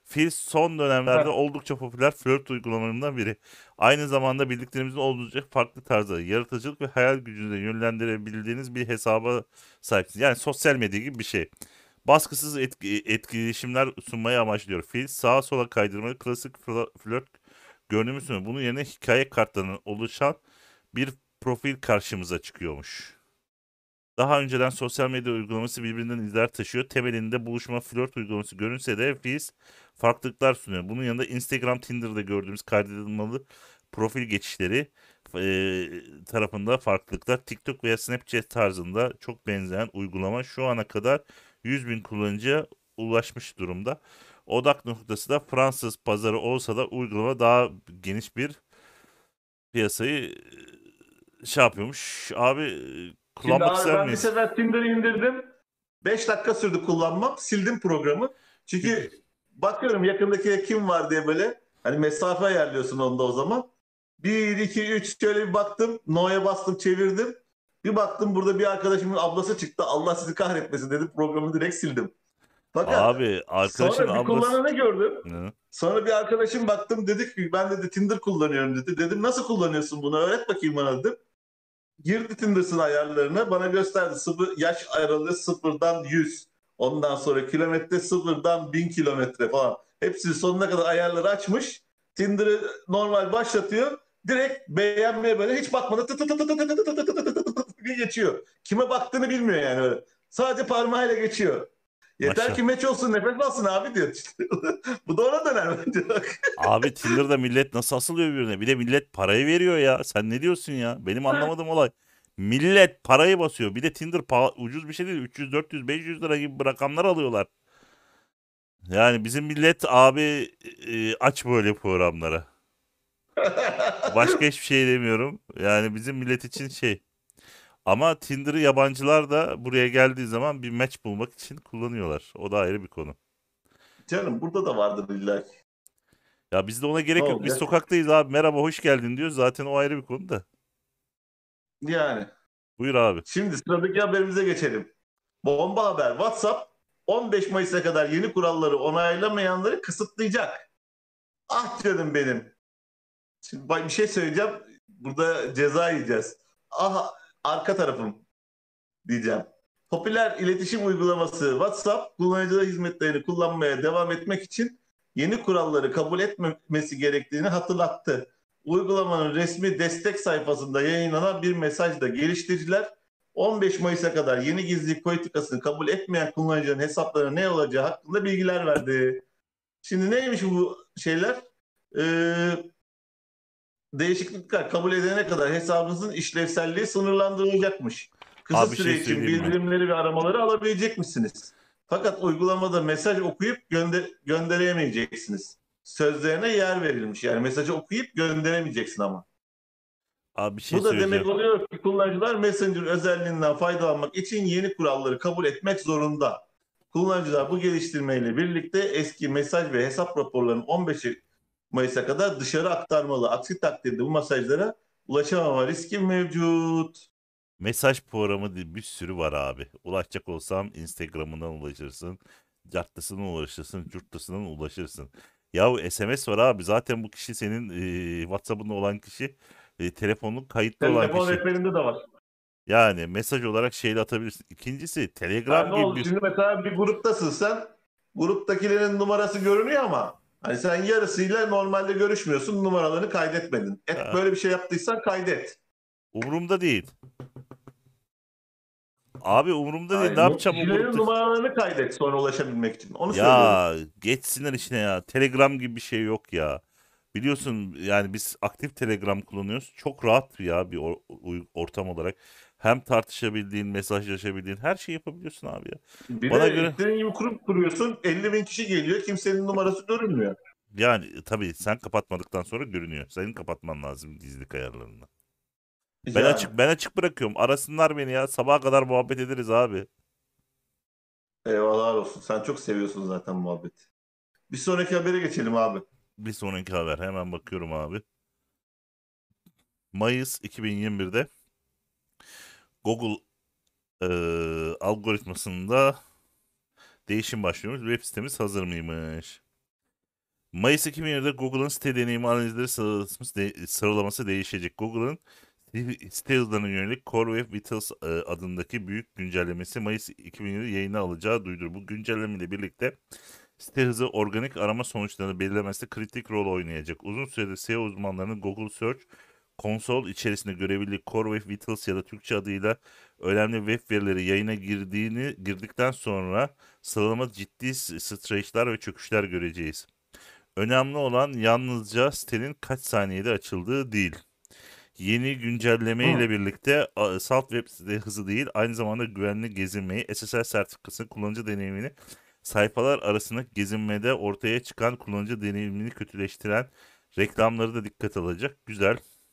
Fizz son dönemlerde oldukça popüler flört uygulamalarından biri. Aynı zamanda bildiklerimizin oldukça farklı tarzda yaratıcılık ve hayal gücünüze yönlendirebildiğiniz bir hesaba sahipsiniz. Yani sosyal medya gibi bir şey. Baskısız etkileşimler sunmayı amaçlıyor. Fizz sağa sola kaydırmalı klasik flört görünümü sunuyor. Bunun yerine hikaye kartlarının oluşan bir profil karşımıza çıkıyormuş. Daha önceden sosyal medya uygulaması birbirinden izler taşıyor. Temelinde buluşma flört uygulaması görünse de Fizz farklılıklar sunuyor. Bunun yanında Instagram, Tinder'da gördüğümüz kaydedilmeli profil geçişleri tarafında farklılıklar. TikTok veya Snapchat tarzında çok benzeyen uygulama şu ana kadar 100 bin kullanıcıya ulaşmış durumda. Odak noktası da Fransız pazarı olsa da uygulama daha geniş bir piyasayı şey yapıyormuş. Abi Şimdi kullanmak abi ister ben bir miyiz? sefer Tinder'ı indirdim. 5 dakika sürdü kullanmam. Sildim programı. Çünkü bakıyorum yakındaki kim var diye böyle. Hani mesafe ayarlıyorsun onda o zaman. Bir 2 3 şöyle bir baktım. No'ya bastım çevirdim. Bir baktım burada bir arkadaşımın ablası çıktı. Allah sizi kahretmesin dedi. Programı direkt sildim. Fakat Abi arkadaşın sonra bir ablası. kullananı gördüm. Hı. Sonra bir arkadaşım baktım dedi ki ben dedi Tinder kullanıyorum dedi. Dedim nasıl kullanıyorsun bunu öğret bakayım bana dedim. Girdi Tinder'sın ayarlarına bana gösterdi. Yaş aralığı sıfırdan 100. Ondan sonra kilometre sıfırdan 1000 kilometre falan. Hepsini sonuna kadar ayarları açmış. Tinder'ı normal başlatıyor. Direkt beğenmeye böyle hiç bakmadan tı tı tı tı tı tı tı tı tı tı tı tı tı diye geçiyor. Kime baktığını bilmiyor yani öyle. Sadece parmağıyla geçiyor. Yeter ki Maşallah. meç olsun nefes alsın abi diyor. Bu da ona döner bence. Abi Tinder'da millet nasıl asılıyor birbirine? Bir de millet parayı veriyor ya. Sen ne diyorsun ya? Benim anlamadığım olay. Millet parayı basıyor. Bir de Tinder ucuz bir şey değil. 300, 400, 500 lira gibi rakamlar alıyorlar. Yani bizim millet abi aç böyle programlara. Başka hiçbir şey demiyorum. Yani bizim millet için şey. Ama Tinder'ı yabancılar da buraya geldiği zaman bir match bulmak için kullanıyorlar. O da ayrı bir konu. Canım burada da vardır illa ki. Ya bizde ona Ne gerek yok. Biz olacak? sokaktayız abi. Merhaba hoş geldin diyor. Zaten o ayrı bir konu da. Yani. Buyur abi. Şimdi sıradaki haberimize geçelim. Bomba haber. WhatsApp 15 Mayıs'a kadar yeni kuralları onaylamayanları kısıtlayacak. Ah canım benim. Şimdi bir şey söyleyeceğim. Burada ceza yiyeceğiz. Ah arka tarafım diyeceğim. Popüler iletişim uygulaması WhatsApp kullanıcılar hizmetlerini kullanmaya devam etmek için yeni kuralları kabul etmemesi gerektiğini hatırlattı. Uygulamanın resmi destek sayfasında yayınlanan bir mesajda geliştiriciler 15 Mayıs'a kadar yeni gizlilik politikasını kabul etmeyen kullanıcıların hesaplarına ne olacağı hakkında bilgiler verdi. Şimdi neymiş bu şeyler? Değişiklikler kabul edene kadar hesabınızın işlevselliği sınırlandırılacakmış. Kısa Abi bir şey süre için söyleyeyim mi? bildirimleri ve aramaları alabilecekmişsiniz. Fakat uygulamada mesaj okuyup gönderemeyeceksiniz. Sözlerine yer verilmiş. Yani mesajı okuyup gönderemeyeceksin ama. Abi bir şey Bu da demek söyleyeceğim. oluyor ki kullanıcılar Messenger özelliğinden faydalanmak için yeni kuralları kabul etmek zorunda. Kullanıcılar bu geliştirmeyle birlikte eski mesaj ve hesap raporlarının 15 Mayıs'a kadar dışarı aktarmalı. Aksi takdirde bu mesajlara ulaşamama riski mevcut. Mesaj programı diye bir sürü var abi. Ulaşacak olsam Instagram'ından ulaşırsın. Cartlısından ulaşırsın. Curtlısından ulaşırsın. Yahu SMS var abi. Zaten bu kişi senin WhatsApp'ında olan kişi telefonun kayıtlı olan Telefon kişi. rehberinde de var. Yani mesaj olarak şeyle atabilirsin. İkincisi Yani Telegram ne gibi oldu? bir. Şimdi mesela bir gruptasın sen. Gruptakilerin numarası görünüyor ama hani sen yarısıyla normalde görüşmüyorsun. Numaralarını kaydetmedin. Ha, Böyle bir şey yaptıysan kaydet. umurumda değil. Abi umurumda değil. Ne Hayır, yapacağım o kişilerin grupta? numaralarını kaydet sonra ulaşabilmek için. Onu söylüyorum. Ya geçsinler işine ya. Telegram gibi bir şey yok ya. Biliyorsun yani biz aktif Telegram kullanıyoruz. Çok rahat ya bir ortam olarak. Hem tartışabildiğin, mesajlaşabildiğin her şeyi yapabiliyorsun abi ya. Bir Bana de göre istediğin gibi kurup kuruyorsun. 50 bin kişi geliyor. Kimsenin numarası görünmüyor. yani tabii sen kapatmadıktan sonra görünüyor. Senin kapatman lazım gizlilik ayarlarını. Ben Yani. açık ben açık bırakıyorum. Arasınlar beni ya. Sabaha kadar muhabbet ederiz abi. Eyvallah olsun. Sen çok seviyorsun zaten muhabbeti. Bir sonraki habere geçelim abi. Bir sonraki haber hemen bakıyorum abi. Mayıs 2021'de Google algoritmasında değişim başlıyormuş. Web sitemiz hazır mıymış? Mayıs 2020'de Google'ın site deneyimi analizleri sıralaması değişecek. Google'ın site hızlarına yönelik Core Web Vitals adındaki büyük güncellemesi Mayıs 2020'de yayına alacağı duyuruldu. Bu güncellemeyle birlikte site hızı organik arama sonuçlarını belirlemesinde kritik rol oynayacak. Uzun süredir SEO uzmanlarının Google Search Console içerisinde görebildiği Core Web Vitals ya da Türkçe adıyla önemli web verileri yayına girdikten sonra sıralama ciddi sıçrayışlar ve çöküşler göreceğiz. Önemli olan yalnızca sitenin kaç saniyede açıldığı değil. Yeni güncelleme Hı. ile birlikte salt web site hızı değil, aynı zamanda güvenli gezinmeyi, SSL sertifikasını, kullanıcı deneyimini, sayfalar arasında gezinmede ortaya çıkan kullanıcı deneyimini kötüleştiren reklamları da dikkat alacak. Güzel.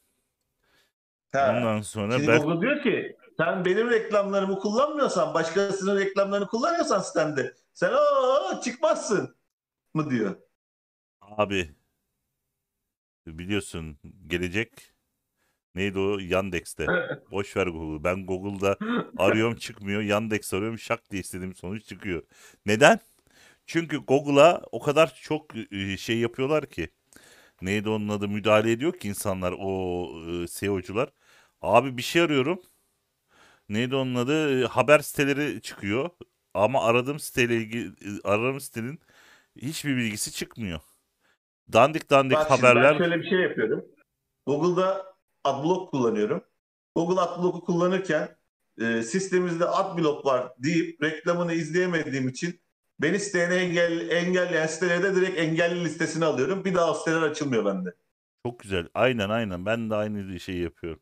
Ha. Ondan sonra Şimdi Google diyor ki sen benim reklamlarımı kullanmıyorsan, başkasının reklamlarını kullanıyorsan sistemde sen çıkmazsın mı diyor. abi biliyorsun gelecek neydi o? Yandex'te. Boş ver Google. Ben Google'da arıyorum çıkmıyor. Yandex arıyorum şak diye istediğim sonuç çıkıyor. Neden? Çünkü Google'a o kadar çok şey yapıyorlar ki. Neydi onun adı? Müdahale ediyor ki insanlar o SEO'cular. Abi bir şey arıyorum. Neydi onun adı? Haber siteleri çıkıyor. Ama aradığım sitenin hiçbir bilgisi çıkmıyor. Dandik dandik Bak şimdi ben haberler. şöyle bir şey yapıyorum. Google'da Adblock kullanıyorum. Google Adblock'u kullanırken sistemimizde Adblock var deyip reklamını izleyemediğim için beni siteye engelleyen sitelerde direkt engelli listesine alıyorum. Bir daha o siteler açılmıyor bende. Çok güzel. Aynen aynen. Ben de aynı şeyi yapıyorum.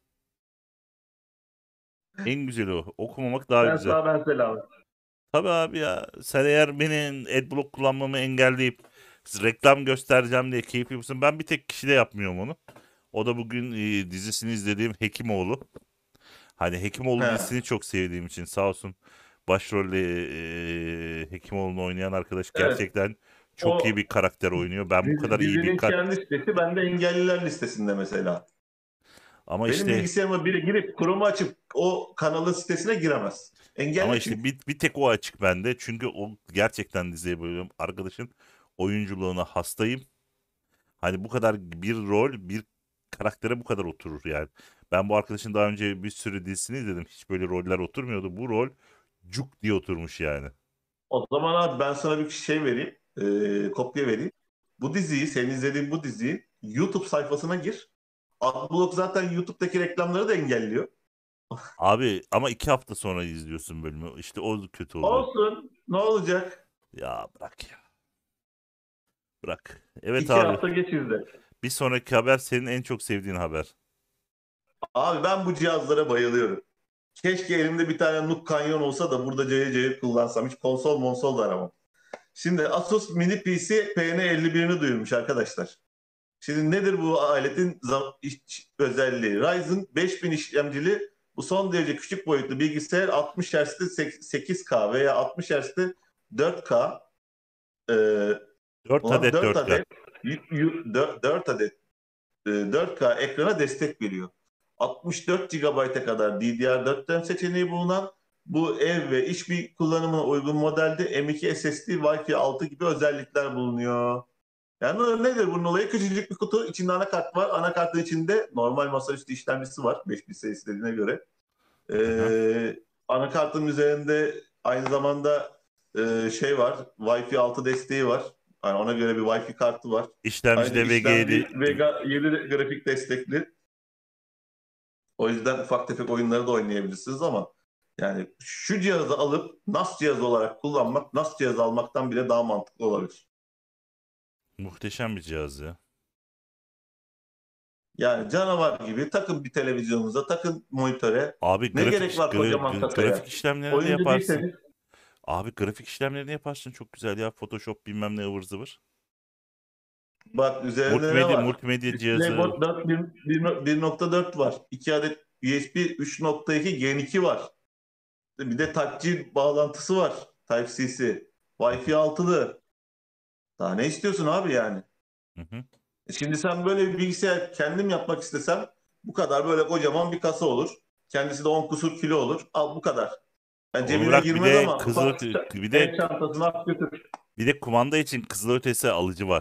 En güzeli o. Okumamak daha Sen güzel. sağ ben selam. Tabii abi ya. Sen eğer benim adblock kullanmamı engelleyip reklam göstereceğim diye keyif yapıyorsun. Ben bir tek kişide yapmıyorum onu. O da bugün dizisini izlediğim Hekimoğlu. Hani Hekimoğlu He. dizisini çok sevdiğim için sağ olsun başrolde Hekimoğlu'nu oynayan arkadaş Evet. gerçekten çok iyi O bir karakter oynuyor. Ben bu kadar iyi bir dizinin kendi sitesi bende engelliler listesinde mesela. ama Benim işte bilgisayarıma biri girip Chrome'u açıp o kanalın sitesine giremez. Ama Engelli işte çünkü. bir tek o açık bende. Çünkü o gerçekten diziye bayılıyorum. Arkadaşın oyunculuğuna hastayım. Hani bu kadar bir rol, bir karaktere bu kadar oturur yani. Ben bu arkadaşın daha önce bir sürü dizisini izledim. Hiç böyle roller oturmuyordu. Bu rol cuk diye oturmuş yani. O zaman abi ben sana bir şey vereyim. Kopya vereyim. Bu diziyi, senin izlediğin bu diziyi YouTube sayfasına gir. Adblock zaten YouTube'daki reklamları da engelliyor. Abi ama 2 hafta sonra izliyorsun bölümü. İşte o kötü oluyor. Olsun. Ne olacak? Ya bırak ya. Bırak. Evet İki abi. hafta geç izle. Bir sonraki haber senin en çok sevdiğin haber. Abi ben bu cihazlara bayılıyorum. Keşke elimde bir tane Nook Canyon olsa da burada cayır cayır kullansam. Hiç konsol da aramam. Şimdi Asus Mini PC PN51'ini duyurmuş arkadaşlar. Şimdi nedir bu aletin özelliği? Ryzen 5000 işlemcili bu son derece küçük boyutlu bilgisayar 60 Hz'de 8K veya 60 Hz'de 4K, e, 4 adet 4 4K. adet 4 adet 4K ekrana destek veriyor. 64 GB'a kadar DDR4 RAM seçeneği bulunan bu ev ve iş bir kullanımına uygun modelde M.2 SSD, Wi-Fi 6 gibi özellikler bulunuyor. Yani nedir bunun olayı? Küçücük bir kutu, içinde anakart var. Anakartın içinde normal masaüstü işlemcisi var. 5000 serisi dediğine göre. Aha. Anakartın üzerinde aynı zamanda şey var. Wi-Fi 6 desteği var. Yani ona göre bir Wi-Fi kartı var. Ayrıca İşlemcide işlemci VG7 Vega 7 grafik destekli. O yüzden ufak tefek oyunları da oynayabilirsiniz ama yani şu cihazı alıp NAS cihazı olarak kullanmak, NAS cihazı almaktan bile daha mantıklı olabilir. muhteşem bir cihaz ya. Yani canavar gibi takın bir televizyonunuza, takın monitöre. Abi Ne gerek var kocaman grafik kasaya? işlemlerini de Oyuncu yaparsın. değilseniz Abi grafik işlemlerini yaparsın çok güzel ya. Photoshop bilmem ne ıvır zıvır. bak üzerinde ne var? Multimedya cihazı. DisplayPort 4 1.4 var. 2 adet USB 3.2 Gen 2 var. Bir de Type-C bağlantısı var. Type-C'si. Wi-Fi 6'lı. Daha ne istiyorsun abi yani? Hı hı. Şimdi sen böyle bir bilgisayar kendim yapmak istesem bu kadar böyle kocaman bir kasa olur. Kendisi de 10 kusur kilo olur. Al bu kadar. Yani Onu cebine bırak bir girmez de ama ufak bir el de çantasına at götür. kumanda için kızılötesi alıcı var.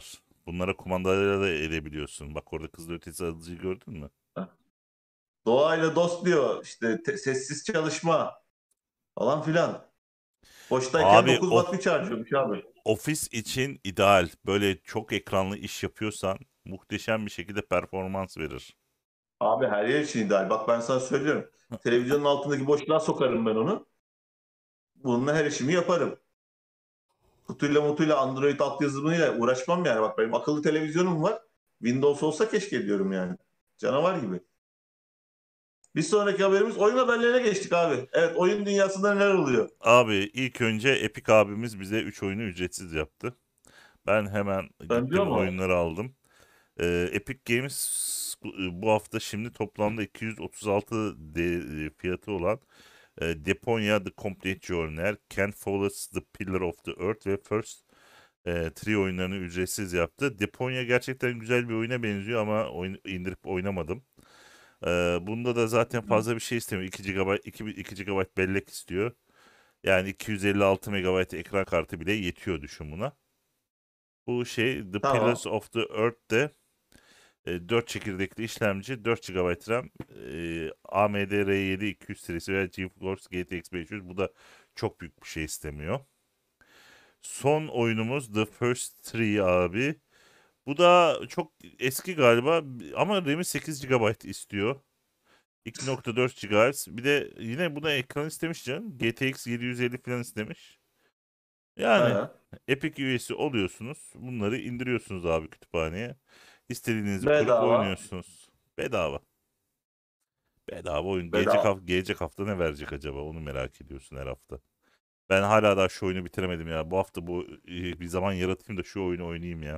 Bunlara kumandayla da edebiliyorsun. Bak orada Kızıl Ötesi alıcıyı gördün mü? Doğayla dost diyor. İşte sessiz çalışma falan filan. Boştayken Abi 9 watt güç harcıyormuş abi. ofis için ideal. Böyle çok ekranlı iş yapıyorsan muhteşem bir şekilde performans verir. Abi her yer için ideal. Bak ben sana söylüyorum. Televizyonun altındaki boşluğa sokarım ben onu. Bununla her işimi yaparım. Kutuyla mutuyla Android altyazımıyla uğraşmam yani. Bak benim akıllı televizyonum var. Windows olsa keşke diyorum yani. Canavar gibi. Bir sonraki haberimiz oyun haberlerine geçtik abi. Evet, oyun dünyasında neler oluyor? Abi ilk önce Epic abimiz bize 3 oyunu ücretsiz yaptı. Ben hemen Önce gittim ama oyunları aldım. Epic Games bu hafta şimdi toplamda 236 fiyatı olan Deponia The Complete Journey, Ken Follett's The Pillar of the Earth ve First Three oyunlarını ücretsiz yaptı. Deponia gerçekten güzel bir oyuna benziyor ama indirip oynamadım. Bunda da zaten fazla bir şey istemiyor. 2 GB, 2 GB bellek istiyor. Yani 256 MB ekran kartı bile yetiyor düşün buna. Bu şey The Pillars tamam. of the Earth'te 4 çekirdekli işlemci, 4 GB RAM, AMD R7 200 serisi veya GeForce GTX 500. Bu da çok büyük bir şey istemiyor. Son oyunumuz The First Three abi. Bu da çok eski galiba ama RAM'i 8 GB istiyor. 2.4 GHz. Bir de yine buna ekran istemiş canım. GTX 750 falan istemiş. Yani Ha. Epic üyesi oluyorsunuz. Bunları indiriyorsunuz abi kütüphaneye. İstediğinizi kurup Bedava. oynuyorsunuz. Bedava. Bedava oyun. Bedava. Gelecek hafta ne verecek acaba? Onu merak ediyorsun her hafta. Ben hala daha şu oyunu bitiremedim ya. Bu hafta bir zaman yaratayım da şu oyunu oynayayım ya.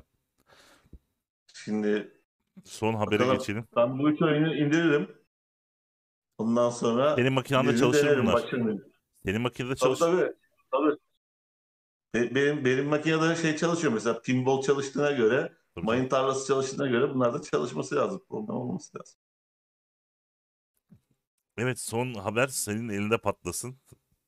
Şimdi Son habere bakalım. geçelim. Ben bu üç oyunu indiririm. Ondan sonra Senin makinanda birini çalışır denerim. bunlar. Başını. Senin makinede Tabii çalış. tabii. Tabii. Benim makinede şey çalışıyor mesela, pinball çalıştığına göre, Tabii canım. mayın tarlası çalıştığına göre bunlar da çalışması lazım. Problem olmaması lazım. Evet, son haber senin elinde patlasın.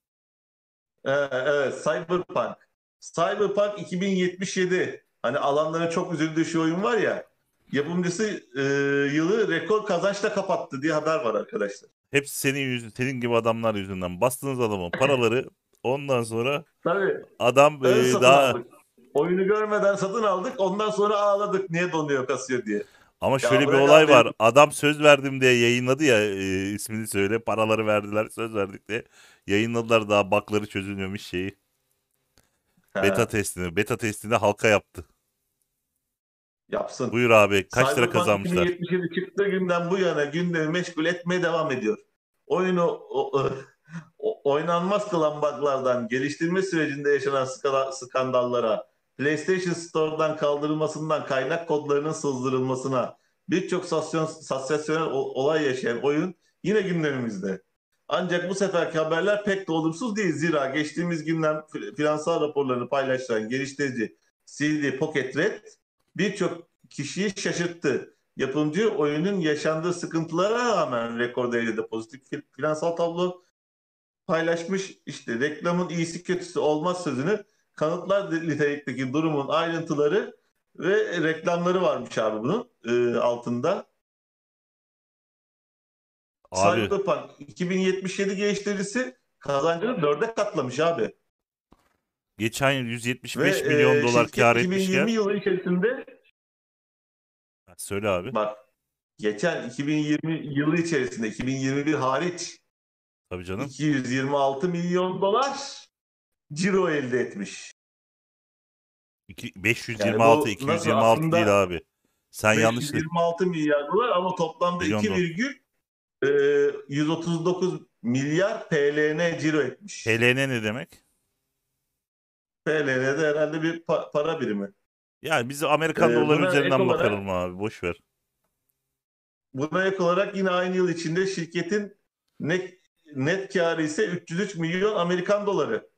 Evet, Cyberpunk. Cyberpunk 2077. Hani alanların çok üzüldüğü şu oyun var ya. Yapımcısı yılı rekor kazançla kapattı diye haber var arkadaşlar. Hepsi senin gibi adamlar yüzünden. Bastınız adamın paraları. Ondan sonra Tabii adam ön satın daha. aldık. Oyunu görmeden satın aldık. Ondan sonra ağladık niye donuyor kasıyor diye. Ama Ya şöyle bir bırak olay abi var. dedim. Adam söz verdim diye yayınladı ya, ismini söyle. Paraları verdiler, söz verdik diye. Yayınladılar, daha bug'ları çözülmemiş şeyi. Beta Ha, testini. Beta testini halka yaptı. yapsın. Buyur abi. Kaç lira Cyberpunk kazanmışlar? 2077 çıktığı günden bu yana gündemi meşgul etmeye devam ediyor. Oyunu oynanmaz kılan bug'lardan geliştirme sürecinde yaşanan skandallara, PlayStation Store'dan kaldırılmasından kaynak kodlarının sızdırılmasına, birçok sansasyonel olay yaşayan oyun yine gündemimizde. Ancak bu seferki haberler pek de olumsuz değil. Zira geçtiğimiz günden finansal raporlarını paylaşan geliştirici CD Pocket Red birçok kişiyi şaşırttı. Yapımcı oyunun yaşandığı sıkıntılara rağmen rekor derecede pozitif finansal tablo paylaşmış. İşte reklamın iyisi kötüsü olmaz sözünü kanıtlar nitelikteki durumun ayrıntıları ve reklamları varmış abi bunun altında. Abi Cyberpunk 2077 geliştiricisi kazancını dörde katlamış abi. geçen yıl Ve 175 milyon dolar şirket kar 2020 etmişken. yılı içerisinde, Ha, söyle abi. bak, geçen 2020 yılı içerisinde 2021 hariç Tabii canım. 226 milyon dolar ciro elde etmiş. Yani 526, bu nasıl 226 değil aslında abi. Sen yanlışlı. 526 milyar dolar ama toplamda Milyon dolar. 2,139 milyar PLN ciro etmiş. PLN ne demek? PLN de herhalde bir para birimi. Yani biz Amerikan doları Buna ek üzerinden olarak bakalım abi. Boş ver. yine aynı yıl içinde şirketin net, net karı ise 303 milyon Amerikan doları.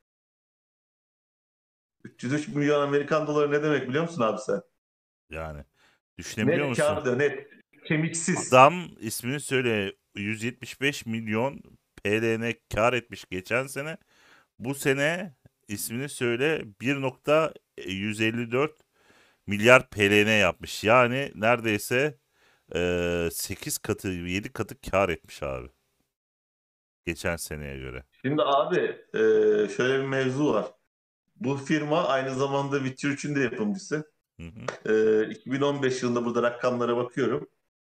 303 milyon Amerikan doları ne demek biliyor musun abi sen? Yani düşünebiliyor Net musun? kar diyor, net. Kemiksiz. Adam ismini söyle, 175 milyon PLN kar etmiş geçen sene. Bu sene ismini söyle 1.154 milyar PLN yapmış. Yani neredeyse 8 katı 7 katı kar etmiş abi. Geçen seneye göre. Şimdi abi şöyle bir mevzu var. Bu firma aynı zamanda Witcher 3'ün de yapımcısı. Hı hı. 2015 yılında burada rakamlara bakıyorum.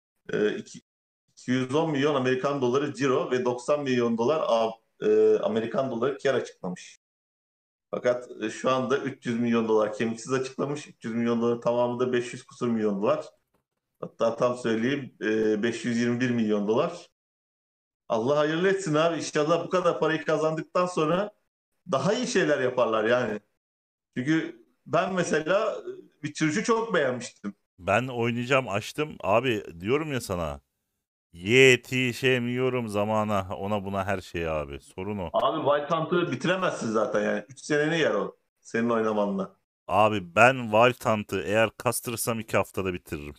210 milyon Amerikan doları ciro ve 90 milyon dolar Amerikan doları kar açıklamış. Fakat şu anda 300 milyon dolar kemiksiz açıklamış. 300 milyon doların tamamı da 500 kusur milyon dolar. Hatta tam söyleyeyim 521 milyon dolar. Allah hayırlı etsin abi. İnşallah bu kadar parayı kazandıktan sonra daha iyi şeyler yaparlar yani. Çünkü ben mesela Witcher çok beğenmiştim. Ben oynayacağım açtım. Abi diyorum ya sana. Yetişemiyorum zamana. Ona buna her şeye abi. Sorun o. Abi Wild Hunt'ı bitiremezsin zaten yani. 3 seneni yer o. Senin oynamanla. Abi ben Wild Hunt'ı eğer kastırırsam 2 haftada bitiririm.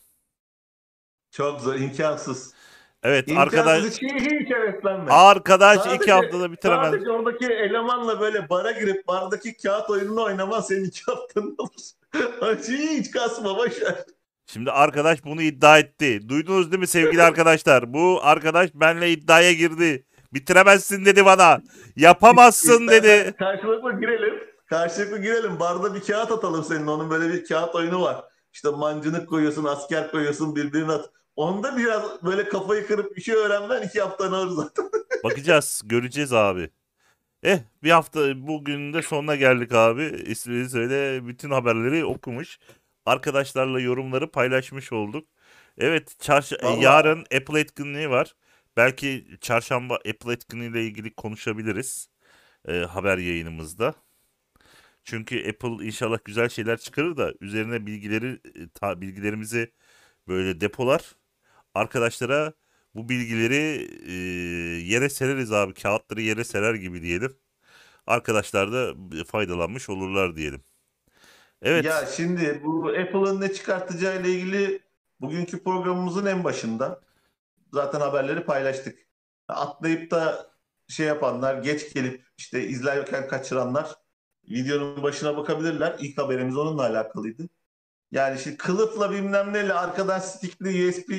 Çok zor, imkansız. Evet İmkansız hiç heveslenme. arkadaş 2 Sadece haftada bitiremez. sadece oradaki elemanla böyle bara girip bardaki kağıt oyununu oynaman senin 2 haftanı alır. Hiç kasma boş ver. Şimdi arkadaş bunu iddia etti. Duydunuz değil mi sevgili arkadaşlar? Bu arkadaş benimle iddiaya girdi. Bitiremezsin dedi bana. Yapamazsın dedi. İstersen karşılıklı girelim. Karşılıklı girelim. Barda bir kağıt atalım senin. Onun böyle bir kağıt oyunu var. İşte mancınık koyuyorsun, asker koyuyorsun, birbirine at. Onda biraz böyle kafayı kırıp bir şey öğrenmen 2 haftanı alır zaten. Bakacağız, göreceğiz abi. Bir hafta bugün de sonuna geldik abi. İsmini söyle bütün haberleri okumuş. Arkadaşlarla yorumları paylaşmış olduk. Evet, Valla yarın Apple etkinliği var. Belki çarşamba Apple etkinliği ile ilgili konuşabiliriz haber yayınımızda. Çünkü Apple inşallah güzel şeyler çıkarır da üzerine bilgilerimizi böyle depolar. Arkadaşlara bu bilgileri yere sereriz abi. Kağıtları yere serer gibi diyelim. Arkadaşlar da faydalanmış olurlar diyelim. ya Evet. şimdi bu Apple'ın ne çıkartacağı ile ilgili bugünkü programımızın en başında zaten haberleri paylaştık. Atlayıp da şey yapanlar, geç gelip işte izlerken kaçıranlar videonun başına bakabilirler. İlk haberimiz onunla alakalıydı. Yani şimdi kılıfla bilmem neyle arkadan stickli USB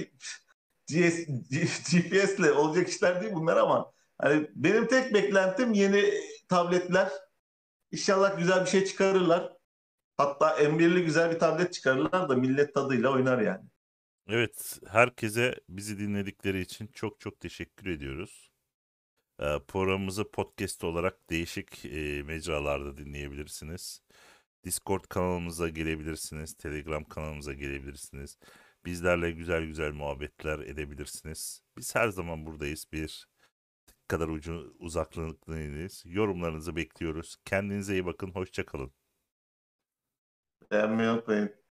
GPS'le olacak işler değil bunlar ama hani benim tek beklentim yeni tabletler. İnşallah güzel bir şey çıkarırlar. Hatta M1'li güzel bir tablet çıkarırlar da millet tadıyla oynar yani. Evet. Herkese bizi dinledikleri için çok çok teşekkür ediyoruz. Programımızı podcast olarak değişik mecralarda dinleyebilirsiniz. Discord kanalımıza gelebilirsiniz. Telegram kanalımıza gelebilirsiniz. Bizlerle güzel güzel muhabbetler edebilirsiniz. Biz her zaman buradayız. Bir kadar uzaklığındayız. Yorumlarınızı bekliyoruz. Kendinize iyi bakın. Hoşça kalın. Beğenmeyi unutmayın.